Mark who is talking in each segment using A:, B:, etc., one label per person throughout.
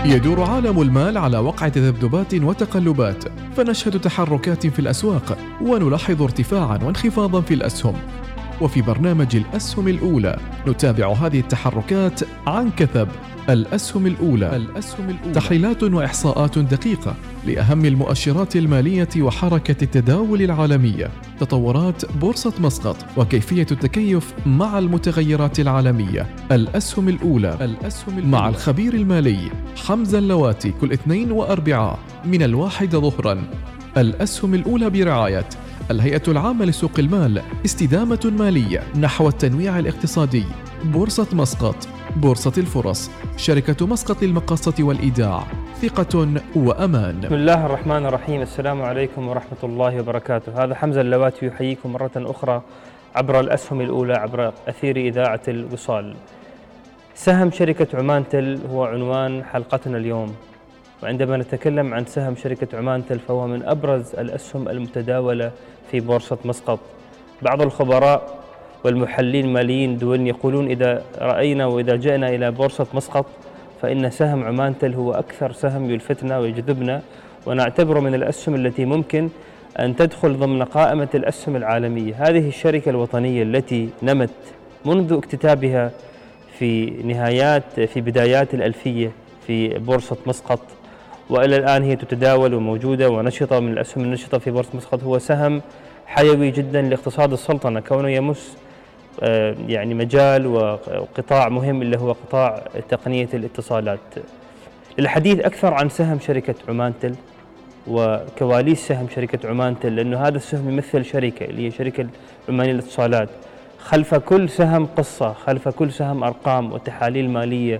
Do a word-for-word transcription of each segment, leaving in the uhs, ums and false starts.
A: يدور عالم المال على وقع تذبذبات وتقلبات، فنشهد تحركات في الأسواق ونلاحظ ارتفاعا وانخفاضا في الأسهم. وفي برنامج الأسهم الأولى نتابع هذه التحركات عن كثب. الأسهم الأولى. الأسهم الأولى تحليلات وإحصاءات دقيقة لأهم المؤشرات المالية وحركة التداول العالمية، تطورات بورصة مسقط وكيفية التكيف مع المتغيرات العالمية. الأسهم الأولى. الأسهم الأولى مع الخبير المالي حمزة اللواتي كل اثنين وأربعاء من الواحدة ظهرا. الأسهم الأولى برعاية الهيئة العامة لسوق المال، استدامة مالية نحو التنويع الاقتصادي. بورصة مسقط، بورصة الفرص، شركة مسقط للمقاصة والإيداع، ثقة وأمان.
B: بسم الله الرحمن الرحيم. السلام عليكم ورحمة الله وبركاته. هذا حمزة اللواتي يحييكم مرة أخرى عبر الأسهم الأولى عبر أثير إذاعة الوصال. سهم شركة عمانتل هو عنوان حلقتنا اليوم، وعندما نتكلم عن سهم شركة عمانتل فهو من أبرز الأسهم المتداولة في بورصة مسقط. بعض الخبراء والمحللين الماليين دول يقولون إذا رأينا وإذا جئنا إلى بورصة مسقط فإن سهم عمانتل هو أكثر سهم يلفتنا ويجذبنا، ونعتبره من الأسهم التي ممكن أن تدخل ضمن قائمة الأسهم العالمية. هذه الشركة الوطنية التي نمت منذ اكتتابها في نهايات في بدايات الألفية في بورصة مسقط، وإلى الآن هي تتداول وموجودة ونشطة من الأسهم النشطة في بورصة مسقط. هو سهم حيوي جدا لاقتصاد السلطنة، كونه يمس يعني مجال وقطاع مهم اللي هو قطاع تقنية الاتصالات. للحديث أكثر عن سهم شركة عمانتل وكواليس سهم شركة عمانتل، لأنه هذا السهم يمثل شركة اللي هي شركة عمانية للاتصالات. خلف كل سهم قصة، خلف كل سهم أرقام وتحاليل مالية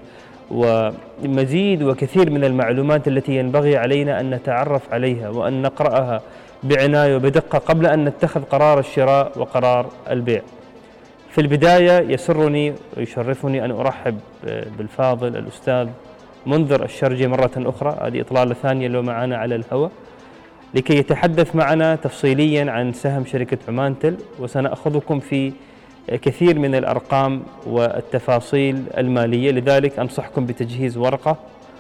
B: ومزيد وكثير من المعلومات التي ينبغي علينا أن نتعرف عليها وأن نقرأها بعناية وبدقة قبل أن نتخذ قرار الشراء وقرار البيع. في البداية يسرني ويشرفني أن أرحب بالفاضل الأستاذ منذر الشرجي مرة أخرى، هذه إطلالة ثانية له معنا على الهواء، لكي يتحدث معنا تفصيليا عن سهم شركة عمانتل، وسنأخذكم في كثير من الأرقام والتفاصيل المالية. لذلك أنصحكم بتجهيز ورقة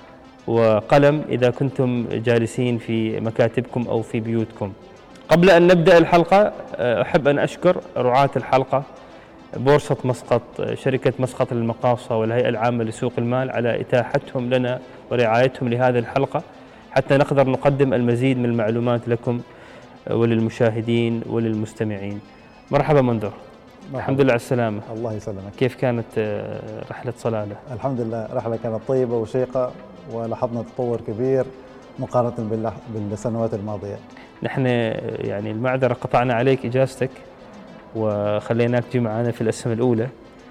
B: وقلم إذا كنتم جالسين في مكاتبكم أو في بيوتكم. قبل أن نبدأ الحلقة أحب أن أشكر رعاة الحلقة بورصة مسقط، شركة مسقط للمقاصة والهيئة العامة لسوق المال على إتاحتهم لنا ورعايتهم لهذه الحلقة حتى نقدر نقدم المزيد من المعلومات لكم وللمشاهدين وللمستمعين. مرحبا منذر. مرحبا. الحمد لله على السلامة.
C: الله يسلمك.
B: كيف كانت رحلة صلالة؟
C: الحمد لله، رحلة كانت طيبة وشيقة ولاحظنا تطور كبير مقارنة بالسنوات الماضية.
B: نحن يعني المعذرة قطعنا عليك إجازتك وخليناك تجي معنا في الأسهم الأولى،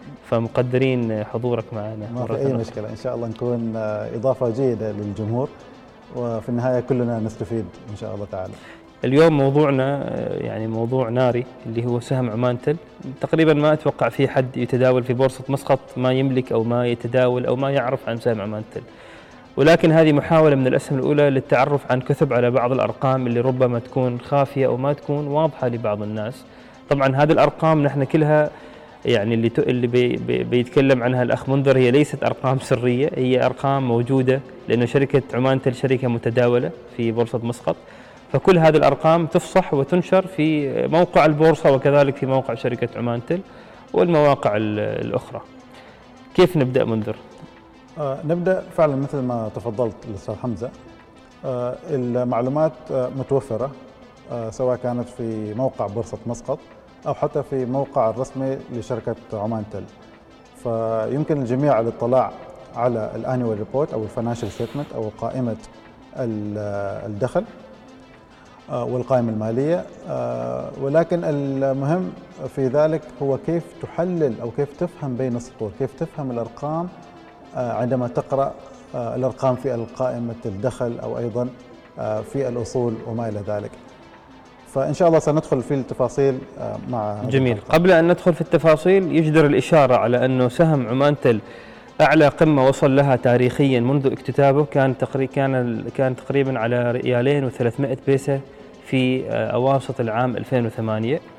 B: فمقدرين حضورك معنا.
C: ما في أي مشكلة، إن شاء الله نكون إضافة جيدة للجمهور، وفي النهاية كلنا نستفيد إن شاء الله تعالى.
B: اليوم موضوعنا يعني موضوع ناري اللي هو سهم عمانتل. تقريبا ما أتوقع في حد يتداول في بورصة مسقط ما يملك أو ما يتداول أو ما يعرف عن سهم عمانتل، ولكن هذه محاولة من الأسهم الأولى للتعرف عن كثب على بعض الأرقام اللي ربما تكون خافية أو ما تكون واضحة لبعض الناس. طبعا هذه الأرقام نحن كلها يعني اللي اللي بي بي بيتكلم عنها الأخ منذر هي ليست أرقام سرية، هي أرقام موجودة لأنه شركة عمانتل شركة متداولة في بورصة مسقط، فكل هذه الأرقام تفصح وتنشر في موقع البورصة وكذلك في موقع شركة عمانتل والمواقع الأخرى. كيف نبدأ منذر؟
C: آه نبدأ فعلا مثل ما تفضلت الأستاذ حمزة. آه المعلومات آه متوفرة آه سواء كانت في موقع بورصة مسقط أو حتى في موقع الرسمي لشركة عمانتل، فيمكن الجميع الاطلاع على الانيوال ريبورت أو الفاينانشال ستيتمنت أو قائمة الدخل والقائمة المالية، ولكن المهم في ذلك هو كيف تحلل أو كيف تفهم بين السطور، كيف تفهم الأرقام عندما تقرأ الأرقام في قائمة الدخل أو أيضا في الأصول وما إلى ذلك. فإن شاء الله سندخل في التفاصيل مع
B: جميل. قبل أن ندخل في التفاصيل يجدر الإشارة على أنه سهم عمانتل أعلى قمة وصل لها تاريخيا منذ اكتتابه كان تقريبا كان كان تقريبا على ريالين وثلاثمائة بيسة في أواسط العام ألفين وثمانية،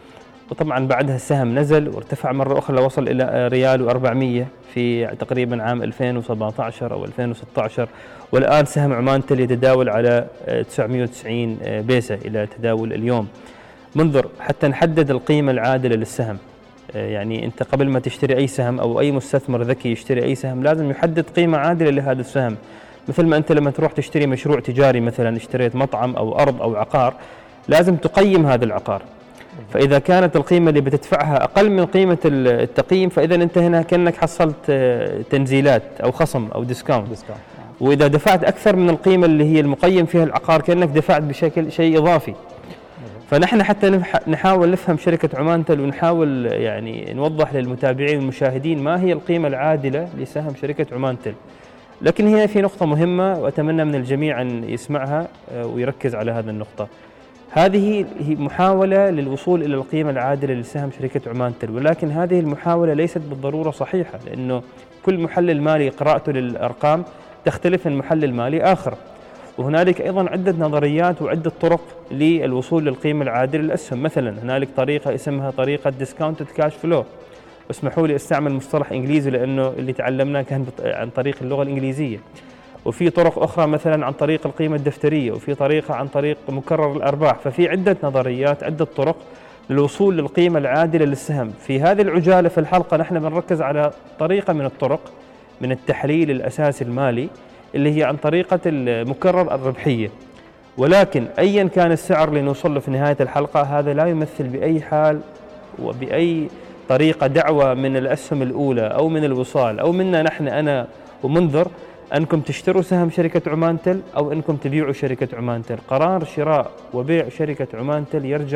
B: وطبعا بعدها السهم نزل وارتفع مرة أخرى لوصل إلى ريال وأربعمية في تقريبا عام ألفين وسبعة عشر أو ألفين وستة عشر، والآن سهم عمان تل يتداول على تسعمئة وتسعين بيسة إلى تداول اليوم. منذر حتى نحدد القيمة العادلة للسهم، يعني أنت قبل ما تشتري أي سهم أو أي مستثمر ذكي يشتري أي سهم لازم يحدد قيمة عادلة لهذا السهم. مثل ما أنت لما تروح تشتري مشروع تجاري، مثلا اشتريت مطعم أو أرض أو عقار، لازم تقيم هذا العقار، فإذا كانت القيمة اللي بتدفعها أقل من قيمة التقييم فإذا أنت هنا كأنك حصلت تنزيلات أو خصم أو ديسكاونت، وإذا دفعت أكثر من القيمة اللي هي المقيم فيها العقار كأنك دفعت بشكل شيء إضافي. فنحن حتى نحاول نفهم شركة عمان تل ونحاول يعني نوضح للمتابعين والمشاهدين ما هي القيمة العادلة لسهم شركة عمان تل. لكن هي في نقطة مهمة وأتمنى من الجميع أن يسمعها ويركز على هذه النقطة. هذه هي محاولة للوصول إلى القيمة العادلة لسهم شركة عمان تل، ولكن هذه المحاولة ليست بالضرورة صحيحة، لأنه كل محلل مالي قراءته للأرقام تختلف من محلل مالي آخر، وهنالك أيضا عدة نظريات وعدة طرق للوصول للقيمة العادلة للأسهم. مثلا هنالك طريقة اسمها طريقة discounted cash flow، واسمحوا لي استعمل مصطلح إنجليزي لأنه اللي تعلمناه كان عن طريق اللغة الإنجليزية. وفي طرق أخرى مثلا عن طريق القيمة الدفترية، وفي طريقة عن طريق مكرر الأرباح. ففي عدة نظريات، عدة طرق للوصول للقيمة العادلة للسهم. في هذه العجالة في الحلقة نحن بنركز على طريقة من الطرق من التحليل الأساسي المالي اللي هي عن طريقة المكرر الربحية. ولكن أيا كان السعر اللي نوصل له في نهاية الحلقة، هذا لا يمثل بأي حال وبأي طريقة دعوة من الأسهم الأولى أو من الوصال أو منا نحن أنا ومنذر أنكم تشتروا سهم شركة عمان تل أو أنكم تبيعوا شركة عمان تل. قرار شراء وبيع شركة عمان تل يرجع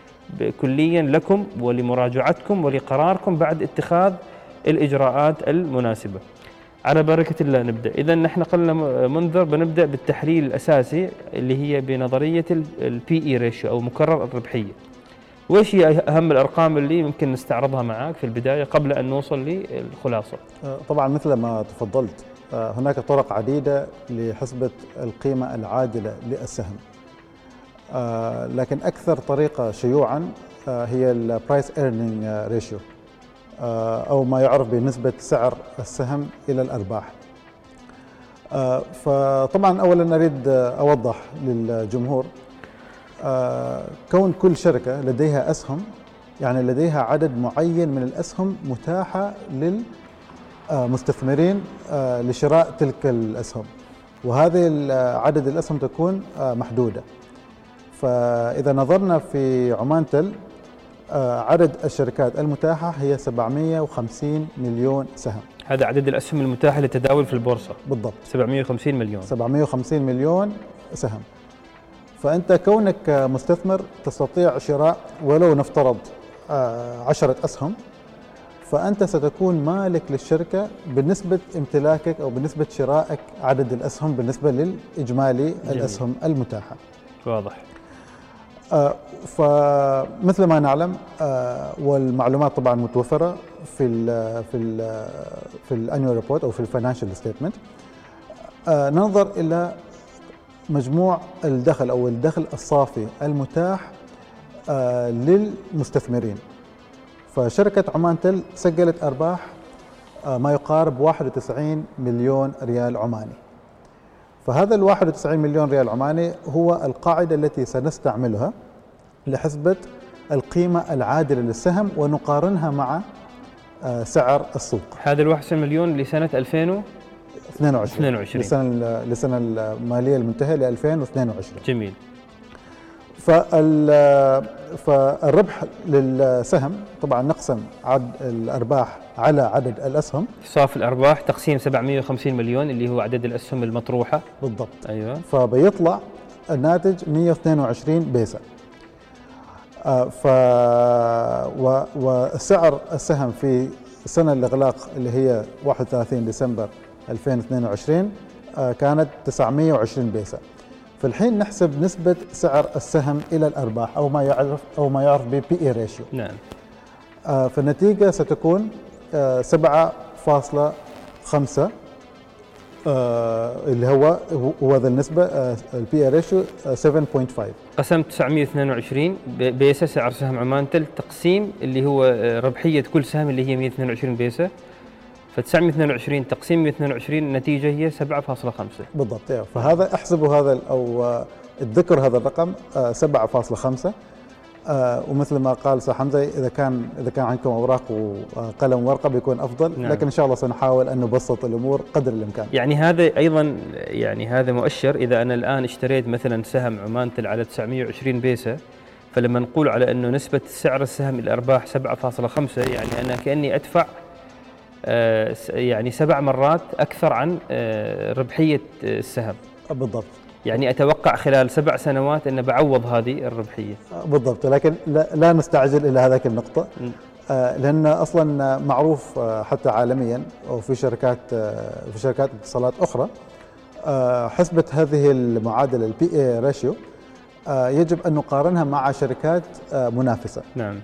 B: كليا لكم ولمراجعتكم ولقراركم بعد اتخاذ الإجراءات المناسبة. على بركة الله نبدأ. إذا نحن قلنا منذر بنبدأ بالتحليل الأساسي اللي هي بنظرية البي إي ريشيو أو مكرر الربحية. وإيش هي أهم الأرقام اللي ممكن نستعرضها معك في البداية قبل أن نوصل للخلاصة؟
C: طبعا مثل ما تفضلت هناك طرق عديدة لحسبة القيمة العادلة للسهم، لكن أكثر طريقة شيوعا هي البرايس ايرنينج ريشيو أو ما يعرف بنسبة سعر السهم إلى الأرباح. فطبعا أولا أريد أوضح للجمهور كون كل شركة لديها أسهم، يعني لديها عدد معين من الأسهم متاحة للمستثمرين لشراء تلك الأسهم، وهذه عدد الأسهم تكون محدودة. فإذا نظرنا في عمان تل عدد الشركات المتاحة هي سبعمئة وخمسين مليون سهم.
B: هذا عدد الأسهم المتاحة للتداول في البورصة
C: بالضبط،
B: سبعمئة وخمسين مليون
C: سبعمئة وخمسين مليون سهم. فأنت كونك مستثمر تستطيع شراء ولو نفترض عشرة أسهم، فأنت ستكون مالك للشركة بالنسبة امتلاكك أو بالنسبة شرائك عدد الأسهم بالنسبة للإجمالي جميل. الأسهم المتاحة.
B: واضح.
C: آه فمثل ما نعلم آه والمعلومات طبعا متوفرة في ال في ال في الانيوال ريبورت او في الفاينانشال ستيتمنت. آه ننظر الى مجموع الدخل او الدخل الصافي المتاح آه للمستثمرين. فشركة عمان تل سجلت ارباح آه ما يقارب واحد وتسعين مليون ريال عماني. فهذا ال واحد وتسعين مليون ريال عماني هو القاعدة التي سنستعملها لحسبة القيمة العادلة للسهم ونقارنها مع سعر السوق.
B: هذا ال واحد وتسعين مليون لسنة ألفين واثنين وعشرين
C: لسنة لسنة المالية المنتهية ل ألفين واثنين وعشرين.
B: جميل.
C: فالربح للسهم طبعا نقسم عدد الأرباح على عدد الأسهم.
B: صافي الأرباح تقسيم سبعمئة وخمسين مليون اللي هو عدد الأسهم المطروحة.
C: بالضبط.
B: أيوة.
C: فبيطلع الناتج مئة واثنين وعشرين بيسة. آه ف وسعر السهم في سنة الإغلاق اللي هي واحد وثلاثين ديسمبر ألفين واثنين وعشرين آه كانت تسعمئة وعشرين بيسة. في الحين نحسب نسبة سعر السهم إلى الأرباح أو ما يعرف أو ما يعرف ب بي إي ريشيو.
B: نعم.
C: آه فالنتيجة ستكون آه سبعة فاصلة خمسة آه اللي هو هو هذا النسبة البي اي ريشيو سبعة فاصلة خمسة.
B: قسم تسعمئة واثنين وعشرين بيسة سعر سهم عمان تل تقسيم اللي هو ربحية كل سهم اللي هي مئة واثنين وعشرين بيسة، ف900 واثنين وعشرين تقسيم مئة واثنين وعشرين النتيجة هي سبعة فاصلة خمسة.
C: بالضبط. فهذا احسبوا هذا أو الذكر هذا الرقم سبعة فاصلة خمسة. آه ومثل ما قال سي حمزة إذا كان إذا كان عندكم أوراق وقلم ورقة بيكون أفضل. نعم. لكن إن شاء الله سنحاول أن نبسط الأمور قدر الإمكان.
B: يعني هذا أيضا يعني هذا مؤشر. إذا أنا الآن اشتريت مثلا سهم عمانتل على تسعمئة وعشرين بيسة، فلما نقول على أنه نسبة سعر السهم الأرباح سبعة فاصلة خمسة، يعني أنا كأني أدفع آه يعني سبع مرات أكثر عن آه ربحية السهم.
C: بالضبط.
B: يعني أتوقع خلال سبع سنوات أن بعوض هذه الربحية.
C: بالضبط. لكن لا, لا نستعجل إلى هذاك النقطة. آه لأن أصلا معروف آه حتى عالميا أو في شركات آه في شركات اتصالات أخرى آه حسبت هذه المعادلة البي اي ريشيو آه يجب أن نقارنها مع شركات آه منافسة.
B: نعم.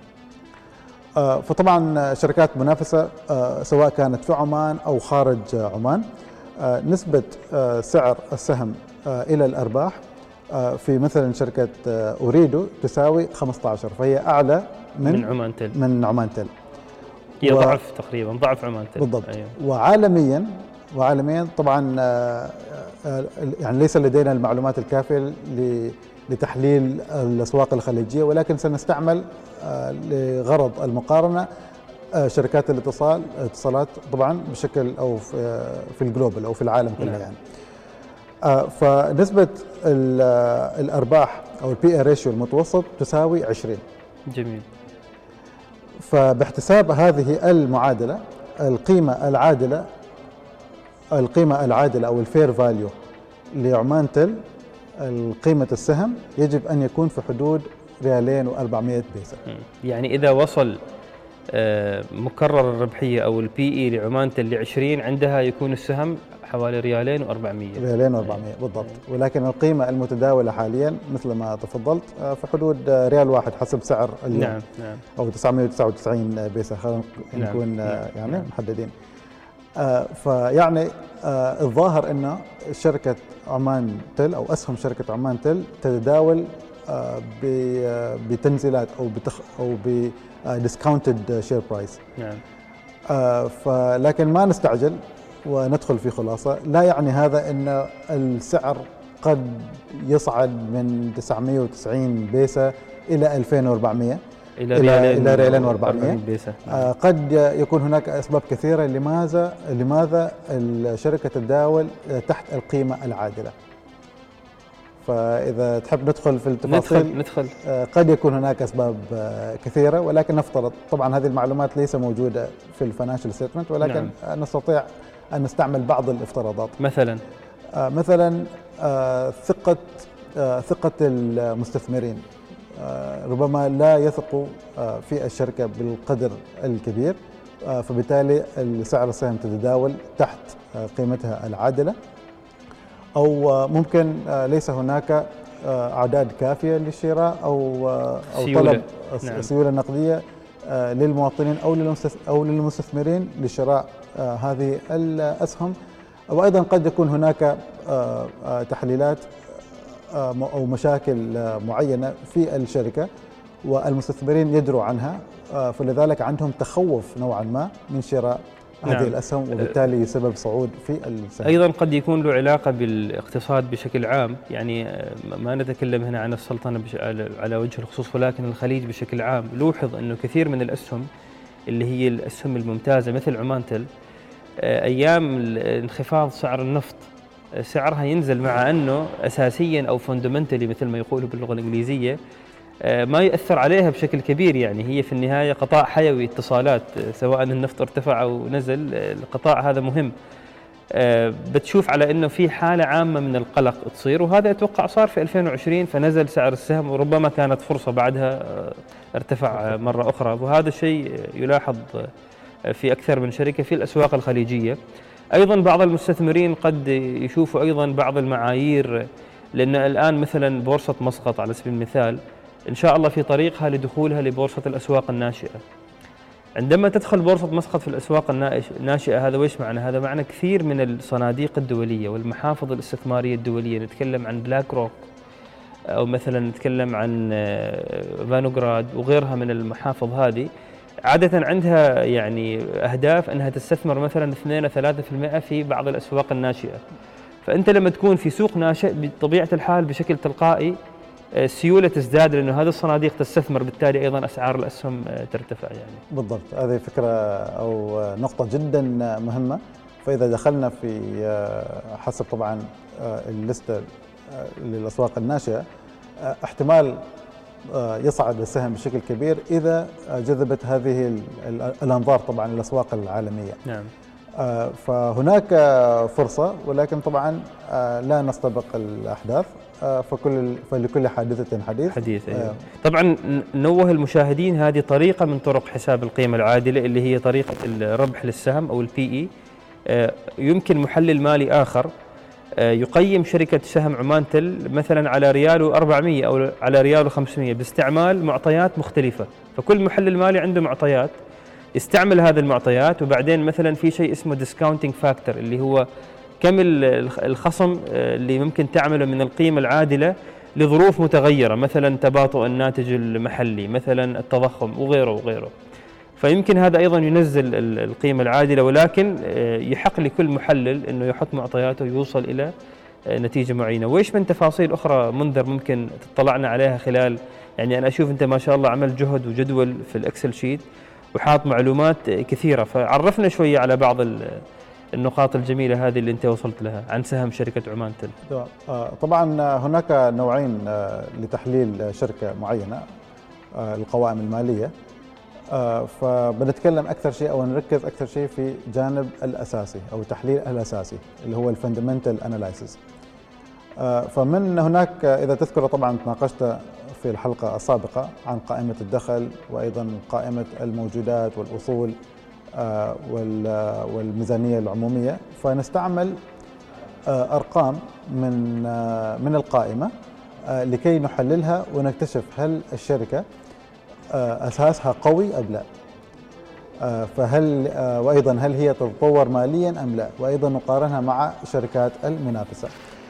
C: آه فطبعا شركات منافسة آه سواء كانت في عمان أو خارج عمان آه نسبة آه سعر السهم آه إلى الأرباح آه في مثلا شركة آه أوريدو تساوي خمسة عشر، فهي أعلى من
B: من عمانتل
C: من عمانتل
B: هي و... ضعف تقريبا ضعف عمانتل.
C: بالضبط. أيوه. وعالميا وعالميا طبعا آه آه يعني ليس لدينا المعلومات الكافية لتحليل الأسواق الخليجية، ولكن سنستعمل آه لغرض المقارنة آه شركات الاتصال الاتصالات طبعا بشكل أو في, آه في الجلوبال أو في العالم كله. نعم. يعني آه فنسبة الأرباح أو البي اي ريشيو المتوسط تساوي عشرين.
B: جميل.
C: فباحتساب هذه المعادلة القيمة العادلة القيمة العادلة أو الفير فاليو لعمانتل قيمة السهم يجب أن يكون في حدود ريالين وأربعمئة بيسة.
B: يعني إذا وصل مكرر الربحية أو البي إي لعمانتل لعشرين عندها يكون السهم حوالي ريالين وأربعمئة.
C: ريالين وأربعمئة بالضبط. ولكن القيمة المتداولة حاليا مثل ما تفضلت في حدود ريال واحد حسب سعر اليوم.
B: نعم نعم.
C: أو تسعمئة وتسعة وتسعين بيسة خلينا نكون نعم. يعني نعم. محددين. آه فيعني آه الظاهر أن شركة عمان تل أو أسهم شركة عمان تل تتداول آه بتنزيلات أو بتخ أو بديسكاونتد شير برايس.
B: نعم.
C: آه فلكن ما نستعجل وندخل في خلاصة. لا يعني هذا أن السعر قد يصعد من تسعمئة وتسعين بيسة إلى ألفين وأربعمئة
B: إلى ريالين
C: إلى ريالين وأربعمئة بيسة. آه قد يكون هناك أسباب كثيرة لماذا لماذا الشركة تتداول تحت القيمة العادلة. فإذا تحب ندخل في التفاصيل
B: ندخل, ندخل.
C: آه قد يكون هناك أسباب آه كثيرة، ولكن نفترض طبعا هذه المعلومات ليس موجودة في الفاينانشال ستيتمنت، ولكن نعم. نستطيع أن نستعمل بعض الافتراضات.
B: مثلا
C: آه مثلا آه ثقة آه ثقة المستثمرين آه ربما لا يثقوا آه في الشركة بالقدر الكبير، آه فبالتالي سعر السهم تتداول تحت آه قيمتها العادلة، أو آه ممكن آه ليس هناك آه أعداد كافية للشراء أو آه أو
B: سيولة.
C: طلب نعم. سيولة نقدية آه للمواطنين أو أو للمستثمرين لشراء آه هذه الأسهم. وأيضا قد يكون هناك آه آه تحليلات آه أو مشاكل آه معينة في الشركة والمستثمرين يدروا عنها، آه فلذلك عندهم تخوف نوعا ما من شراء هذه نعم. الأسهم، وبالتالي سبب صعود في السهم.
B: أيضا قد يكون له علاقة بالاقتصاد بشكل عام، يعني ما نتكلم هنا عن السلطنة على وجه الخصوص، ولكن الخليج بشكل عام. لوحظ أنه كثير من الأسهم اللي هي الأسهم الممتازة مثل عمانتل أيام انخفاض سعر النفط سعرها ينزل، مع أنه أساسيا أو فوندمنتالي مثل ما يقولوا باللغة الإنجليزية ما يؤثر عليها بشكل كبير. يعني هي في النهاية قطاع حيوي اتصالات، سواء النفط ارتفع أو نزل القطاع هذا مهم. بتشوف على أنه في حالة عامة من القلق تصير، وهذا أتوقع صار في ألفين وعشرين فنزل سعر السهم، وربما كانت فرصة بعدها ارتفع مرة أخرى. وهذا الشيء يلاحظ في أكثر من شركة في الأسواق الخليجية. أيضا بعض المستثمرين قد يشوفوا أيضا بعض المعايير، لأن الآن مثلا بورصة مسقط على سبيل المثال إن شاء الله في طريقها لدخولها لبورصة الأسواق الناشئة. عندما تدخل بورصة مسقط في الأسواق الناشئة، هذا ويش معنى؟ هذا معنى كثير من الصناديق الدولية والمحافظ الاستثمارية الدولية، نتكلم عن بلاك روك أو مثلا نتكلم عن فانوغراد وغيرها من المحافظ هذه، عادة عندها يعني أهداف أنها تستثمر مثلا اثنين ثلاثة بالمئة في بعض الأسواق الناشئة. فأنت لما تكون في سوق ناشئ بطبيعة الحال بشكل تلقائي السيولة تزداد، لأنه هذه الصناديق تستثمر، بالتالي أيضا أسعار الأسهم ترتفع. يعني
C: بالضبط، هذه فكرة أو نقطة جدا مهمة. فإذا دخلنا في حسب طبعا الليستة للأسواق الناشئة، احتمال يصعد السهم بشكل كبير إذا جذبت هذه الأنظار طبعا الأسواق العالمية.
B: نعم.
C: فهناك فرصة، ولكن طبعا لا نستبق الأحداث، فكل فلكل حادثة حديث.
B: حديث أيوة. طبعا نوه المشاهدين، هذه طريقة من طرق حساب القيمة العادلة اللي هي طريقة الربح للسهم أو البي إي. يمكن محلل مالي آخر يقيم شركة سهم عمان تل مثلا على ريال أربعمئة أو على ريال خمسمئة باستعمال معطيات مختلفة. فكل محلل مالي عنده معطيات، يستعمل هذه المعطيات، وبعدين مثلا في شيء اسمه ديسكاونتينج فاكتور اللي هو كم الخصم اللي ممكن تعمله من القيمة العادلة لظروف متغيرة، مثلا تباطؤ الناتج المحلي، مثلا التضخم وغيره وغيره. فيمكن هذا أيضا ينزل القيمة العادلة، ولكن يحق لكل محلل أنه يحط معطياته ويوصل إلى نتيجة معينة. وإيش من تفاصيل أخرى منذر ممكن تطلعنا عليها خلال، يعني أنا أشوف أنت ما شاء الله عمل جهد وجدول في الأكسل شيت وحاط معلومات كثيرة، فعرفنا شوية على بعض النقاط الجميلة هذه اللي أنت وصلت لها عن سهم شركة عمان تل.
C: طبعا هناك نوعين لتحليل شركة معينة، القوائم المالية. فبنتكلم أكثر شيء أو نركز أكثر شيء في جانب الأساسي أو التحليل الأساسي اللي هو الفندمنتال أناليسيس. فمن هناك إذا تذكر طبعا تناقشت في الحلقة السابقة عن قائمة الدخل، وأيضا قائمة الموجودات والأصول والميزانية العمومية. فنستعمل أرقام من من القائمة لكي نحللها ونكتشف هل الشركة أساسها قوي أم لا، فهل وأيضا هل هي تتطور ماليا أم لا، وأيضا نقارنها مع الشركات المنافسة.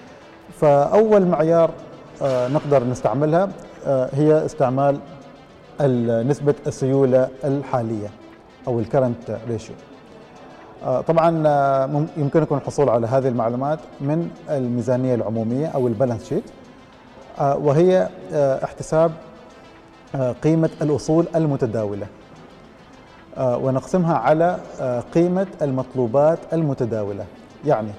C: فأول معيار نقدر نستعملها هي استعمال نسبة السيولة الحالية أو الكرنت ريشيو. طبعا يمكنكم الحصول على هذه المعلومات من الميزانية العمومية أو البالانس شيت، وهي احتساب قيمة الأصول المتداولة، ونقسمها على قيمة المطلوبات المتداولة. يعني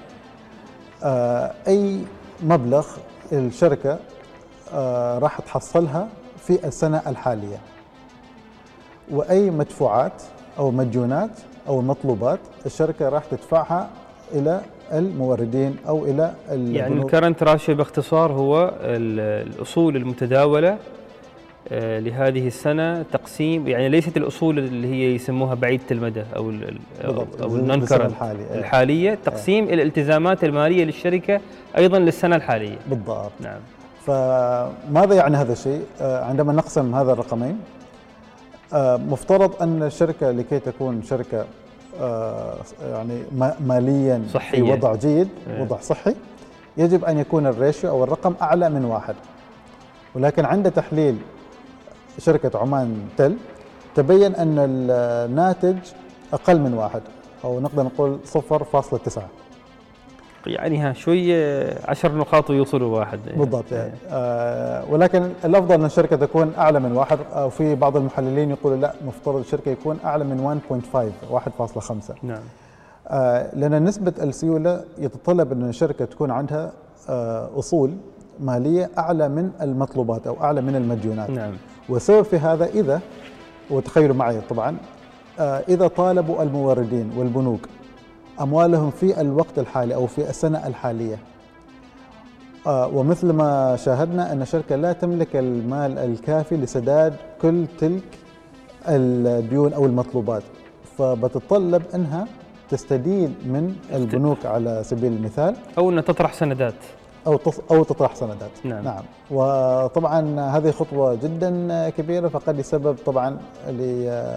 C: أي مبلغ الشركة راح تحصلها في السنة الحالية، وأي مدفوعات أو مديونات أو مطلوبات الشركة راح تدفعها إلى الموردين أو إلى البنوك.
B: يعني الكرنت راشيو باختصار هو الأصول المتداولة لهذه السنة تقسيم، يعني ليست الأصول اللي هي يسموها بعيدة المدى أو ال أو النون كرنت الحالية، تقسيم اه. الالتزامات المالية للشركة أيضا للسنة الحالية.
C: بالضبط.
B: نعم.
C: فماذا يعني هذا الشيء؟ عندما نقسم هذا الرقمين، مفترض أن الشركة لكي تكون شركة يعني ماليا
B: صحية
C: في وضع جيد، وضع صحي، يجب أن يكون الريشيو أو الرقم أعلى من واحد. ولكن عند تحليل شركة عمان تل تبين أن الناتج أقل من واحد، أو نقدر نقول صفر فاصلة تسعة.
B: يعني ها شوية عشر نقاط ويوصلوا واحد.
C: بالضبط. يعني. آه ولكن الأفضل أن الشركة تكون أعلى من واحد، أو في بعض المحللين يقولوا لا، مفترض الشركة يكون أعلى من واحد فاصلة خمسة واحد فاصلة خمسة.
B: نعم.
C: آه لأن نسبة السيولة يتطلب أن الشركة تكون عندها آه أصول مالية أعلى من المطلوبات أو أعلى من المديونات.
B: نعم.
C: والسبب في هذا، إذا وتخيلوا معي طبعا، آه إذا طالبوا الموردين والبنوك أموالهم في الوقت الحالي أو في السنة الحالية، آه ومثل ما شاهدنا أن الشركة لا تملك المال الكافي لسداد كل تلك الديون أو المطلوبات، فبتطلب أنها تستدين من البنوك على سبيل المثال،
B: أو أن تطرح سندات
C: أو أو تطرح سندات.
B: نعم.
C: نعم. وطبعا هذه خطوة جدا كبيرة، فقد يسبب طبعا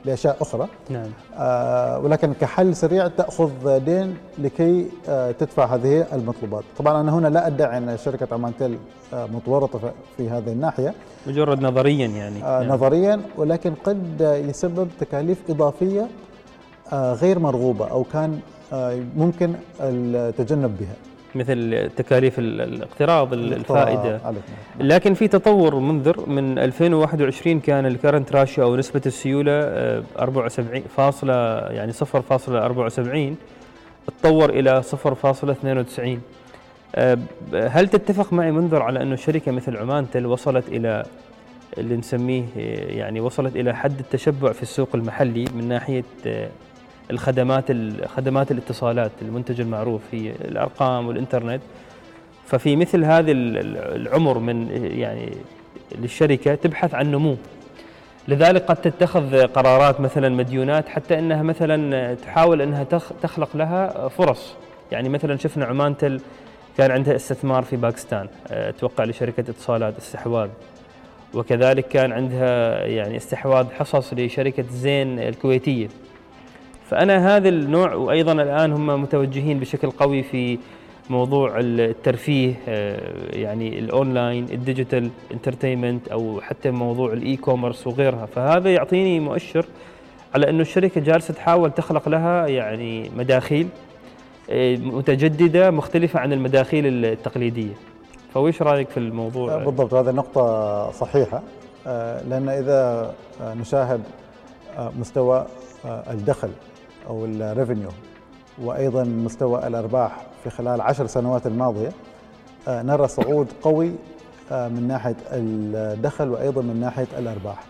C: لاشياء اخرى.
B: نعم.
C: آه ولكن كحل سريع تاخذ دين لكي آه تدفع هذه المطلوبات. طبعا انا هنا لا ادعي ان شركه عمان تل آه متورطه في هذه الناحيه،
B: مجرد نظريا يعني.
C: آه نعم. نظريا، ولكن قد يسبب تكاليف اضافيه آه غير مرغوبه او كان آه ممكن التجنب بها،
B: مثل تكاليف الاقتراض، الفائدة. لكن في تطور منذر من ألفين وواحد وعشرين كان الكرنت راشيو أو نسبة السيولة أربعة وسبعين فاصلة يعني صفر فاصلة أربعة وسبعين، تطور إلى صفر فاصلة اثنين وتسعين. هل تتفق معي منذر على أنه شركة مثل عمان تل وصلت إلى اللي نسميه يعني وصلت إلى حد التشبع في السوق المحلي من ناحية الخدمات خدمات الاتصالات، المنتج المعروف هي الارقام والانترنت؟ ففي مثل هذا العمر من يعني للشركه تبحث عن نمو، لذلك قد تتخذ قرارات مثلا مديونات حتى انها مثلا تحاول انها تخلق لها فرص. يعني مثلا شفنا عمان تل كان عندها استثمار في باكستان، توقع لشركه اتصالات استحواذ، وكذلك كان عندها يعني استحواذ حصص لشركه زين الكويتيه. فأنا هذا النوع، وأيضا الآن هم متوجهين بشكل قوي في موضوع الترفيه، يعني الأونلاين، الديجيتال انترتينمنت، أو حتى موضوع الإي كوميرس وغيرها. فهذا يعطيني مؤشر على أنه الشركة جالسة تحاول تخلق لها يعني مداخيل متجددة مختلفة عن المداخيل التقليدية. فويش رأيك في الموضوع؟
C: بالضبط، هذه النقطة صحيحة، لأن إذا نشاهد مستوى الدخل أو الريفينيو وأيضا مستوى الأرباح في خلال عشر سنوات الماضية، نرى صعود قوي من ناحية الدخل وأيضا من ناحية الأرباح.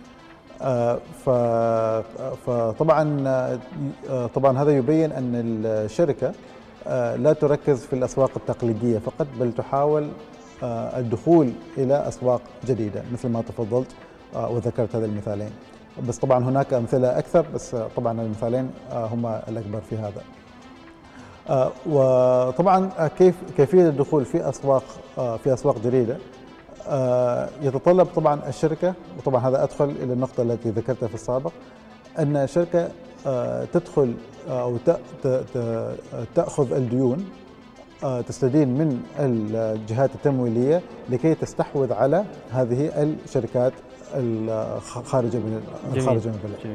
C: فطبعا طبعا هذا يبين أن الشركة لا تركز في الأسواق التقليدية فقط، بل تحاول الدخول إلى أسواق جديدة مثل ما تفضلت وذكرت هذا المثالين. بس طبعا هناك أمثلة أكثر، بس طبعا المثالين هما الأكبر في هذا. وطبعا كيف كيفية الدخول في أسواق في أسواق جديدة يتطلب طبعا الشركة، وطبعا هذا أدخل إلى النقطة التي ذكرتها في السابق، أن الشركة تدخل أو تأخذ الديون، تستدين من الجهات التمويلية لكي تستحوذ على هذه الشركات الخارجة من الخارجة من البلد.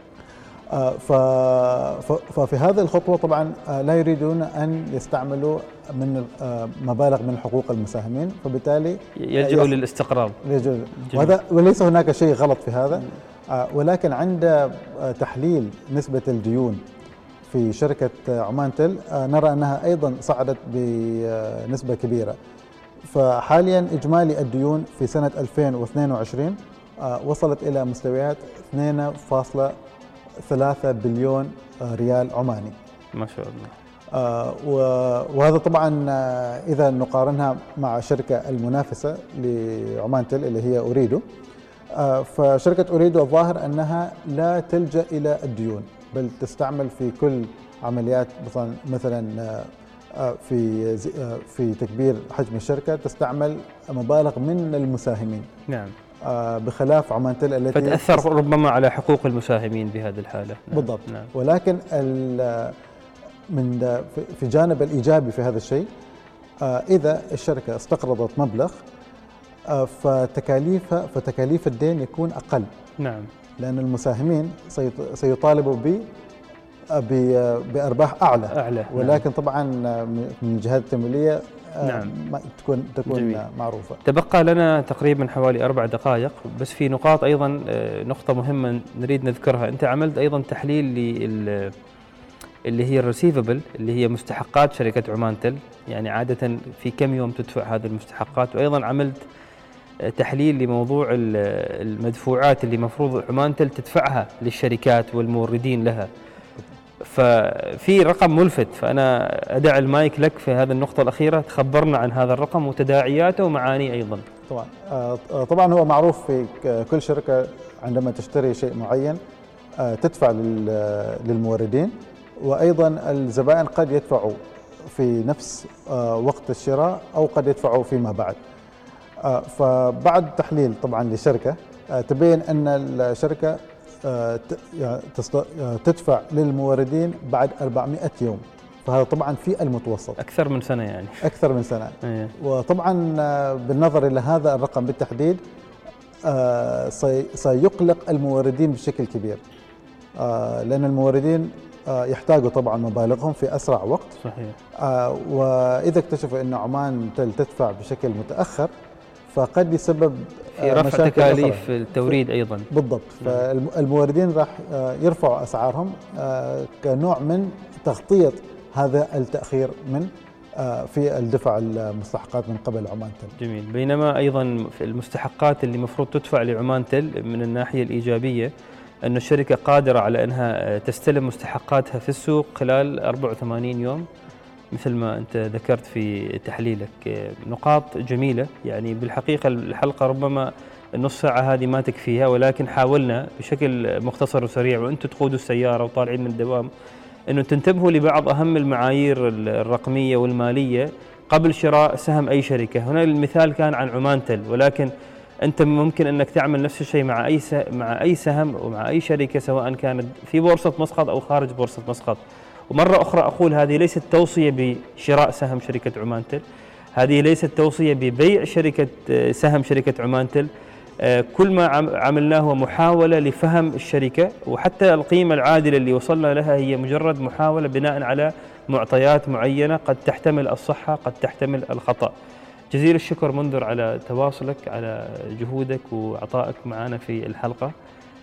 C: ففي هذه الخطوة طبعا لا يريدون أن يستعملوا من مبالغ من حقوق المساهمين، فبالتالي
B: يلجؤوا للاستقراض.
C: وهذا وليس هناك شيء غلط في هذا، ولكن عند تحليل نسبة الديون في شركة عمان تل نرى أنها أيضا صعدت بنسبة كبيرة. فحاليا إجمالي الديون في سنة ألفين واثنين وعشرين وصلت إلى مستويات اثنين فاصلة ثلاثة بليون ريال عماني.
B: ما شاء الله.
C: وهذا طبعا إذا نقارنها مع الشركة المنافسة لعمان تل اللي هي أوريدو، فشركة أوريدو الظاهر أنها لا تلجأ إلى الديون، بل تستعمل في كل عمليات مثلا مثلا في في تكبير حجم الشركة تستعمل مبالغ من المساهمين.
B: نعم.
C: بخلاف عمان تل التي
B: فتأثر ربما على حقوق المساهمين بهذه الحالة.
C: نعم. بالضبط. نعم. ولكن من في جانب الإيجابي في هذا الشيء، إذا الشركة استقرضت مبلغ فتكاليفها فتكاليف الدين يكون أقل.
B: نعم.
C: لأن المساهمين سيطالبوا ب بأرباح أعلى, أعلى. ولكن نعم. طبعا من الجهات التمويلية نعم. تكون تكون جميل. معروفة.
B: تبقى لنا تقريبا حوالي أربع دقائق، بس في نقاط أيضا نقطة مهمة نريد نذكرها. أنت عملت أيضا تحليل لل اللي هي الريسيفبل، اللي هي مستحقات شركة عمان تل، يعني عادة في كم يوم تدفع هذه المستحقات، وأيضا عملت تحليل لموضوع المدفوعات اللي مفروض عمان تل تدفعها للشركات والموردين لها. ففي رقم ملفت، فأنا أدع المايك لك في هذه النقطة الأخيرة، تخبرنا عن هذا الرقم وتداعياته ومعانيه أيضا.
C: طبعا طبعا هو معروف في كل شركة عندما تشتري شيء معين تدفع للموردين، وأيضا الزبائن قد يدفعوا في نفس وقت الشراء أو قد يدفعوا فيما بعد. فبعد تحليل طبعا للشركة تبين أن الشركة تدفع للموردين بعد أربعمائة يوم، فهذا طبعا في المتوسط
B: أكثر من سنة يعني
C: أكثر من سنة.
B: أيه.
C: وطبعا بالنظر إلى هذا الرقم بالتحديد سيقلق الموردين بشكل كبير، لأن الموردين يحتاجوا طبعا مبالغهم في أسرع وقت.
B: صحيح.
C: وإذا اكتشفوا أن عمان تل تدفع بشكل متأخر فقد يسبب
B: في رفع تكاليف التوريد أيضا.
C: بالضبط. فالموردين راح يرفعوا أسعارهم كنوع من تغطية هذا التأخير من في الدفع المستحقات من قبل عمان تل.
B: جميل. بينما أيضا في المستحقات اللي مفروض تدفع لعمان تل من الناحية الإيجابية أن الشركة قادرة على أنها تستلم مستحقاتها في السوق خلال أربعة وثمانين يوم مثل ما أنت ذكرت في تحليلك. نقاط جميلة يعني. بالحقيقة الحلقة ربما النص ساعة هذه ما تكفيها، ولكن حاولنا بشكل مختصر وسريع وأنتم تقودوا السيارة وطالعين من الدوام أنه تنتبهوا لبعض أهم المعايير الرقمية والمالية قبل شراء سهم أي شركة. هنا المثال كان عن عمان تل، ولكن أنت ممكن أنك تعمل نفس الشيء مع أي مع أي سهم ومع أي شركة سواء كانت في بورصة مسقط أو خارج بورصة مسقط. ومرة أخرى أقول هذه ليست توصية بشراء سهم شركة عمان تل، هذه ليست توصية ببيع شركة سهم شركة عمان تل. كل ما عملناه هو محاولة لفهم الشركة، وحتى القيمة العادلة اللي وصلنا لها هي مجرد محاولة بناء على معطيات معينة قد تحتمل الصحة قد تحتمل الخطأ. جزيل الشكر منذر على تواصلك، على جهودك وعطائك معنا في الحلقة.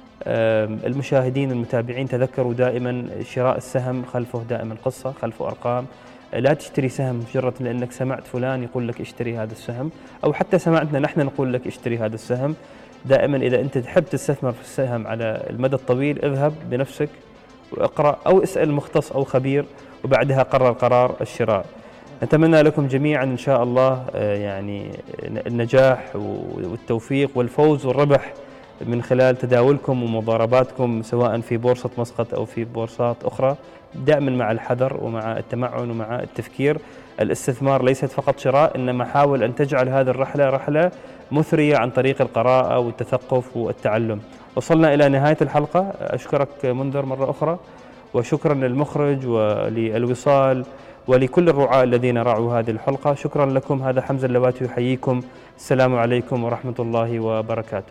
B: المشاهدين والمتابعين تذكروا دائما شراء السهم خلفه دائما قصة، خلفه أرقام. لا تشتري سهم مجرد لأنك سمعت فلان يقول لك اشتري هذا السهم، أو حتى سمعتنا نحن نقول لك اشتري هذا السهم. دائما إذا أنت تحب تستثمر في السهم على المدى الطويل اذهب بنفسك واقرأ أو اسأل مختص أو خبير وبعدها قرر قرار الشراء. نتمنى لكم جميعا إن شاء الله يعني النجاح والتوفيق والفوز والربح من خلال تداولكم ومضارباتكم سواء في بورصة مسقط أو في بورصات أخرى، دائما مع الحذر ومع التمعن ومع التفكير. الاستثمار ليست فقط شراء، إنما حاول أن تجعل هذه الرحلة رحلة مثرية عن طريق القراءة والتثقف والتعلم. وصلنا إلى نهاية الحلقة. أشكرك منذر مرة أخرى، وشكرا للمخرج وللوصال ولكل الرعاة الذين راعوا هذه الحلقة. شكرا لكم. هذا حمزة اللواتي يحييكم. السلام عليكم ورحمة الله وبركاته.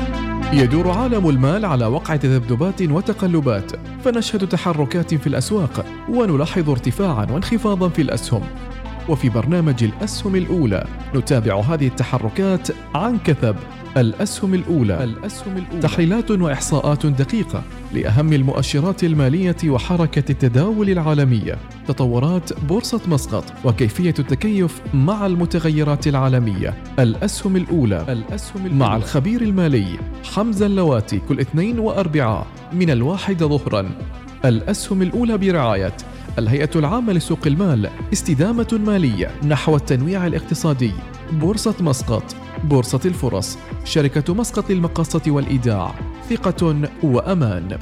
A: يدور عالم المال على وقع تذبذبات وتقلبات، فنشهد تحركات في الأسواق ونلاحظ ارتفاعا وانخفاضا في الأسهم. وفي برنامج الأسهم الأولى نتابع هذه التحركات عن كثب. الأسهم الأولى. الأسهم الأولى تحليلات وإحصاءات دقيقة لأهم المؤشرات المالية وحركة التداول العالمية، تطورات بورصة مسقط وكيفية التكيف مع المتغيرات العالمية. الأسهم الأولى. الأسهم الأولى مع الخبير المالي حمزة اللواتي كل اثنين وأربعاء من الواحدة ظهرا. الأسهم الأولى برعاية الهيئة العامة لسوق المال، استدامة مالية نحو التنويع الاقتصادي. بورصة مسقط، بورصة الفرص، شركة مسقط للمقاصة والإيداع، ثقة وأمان.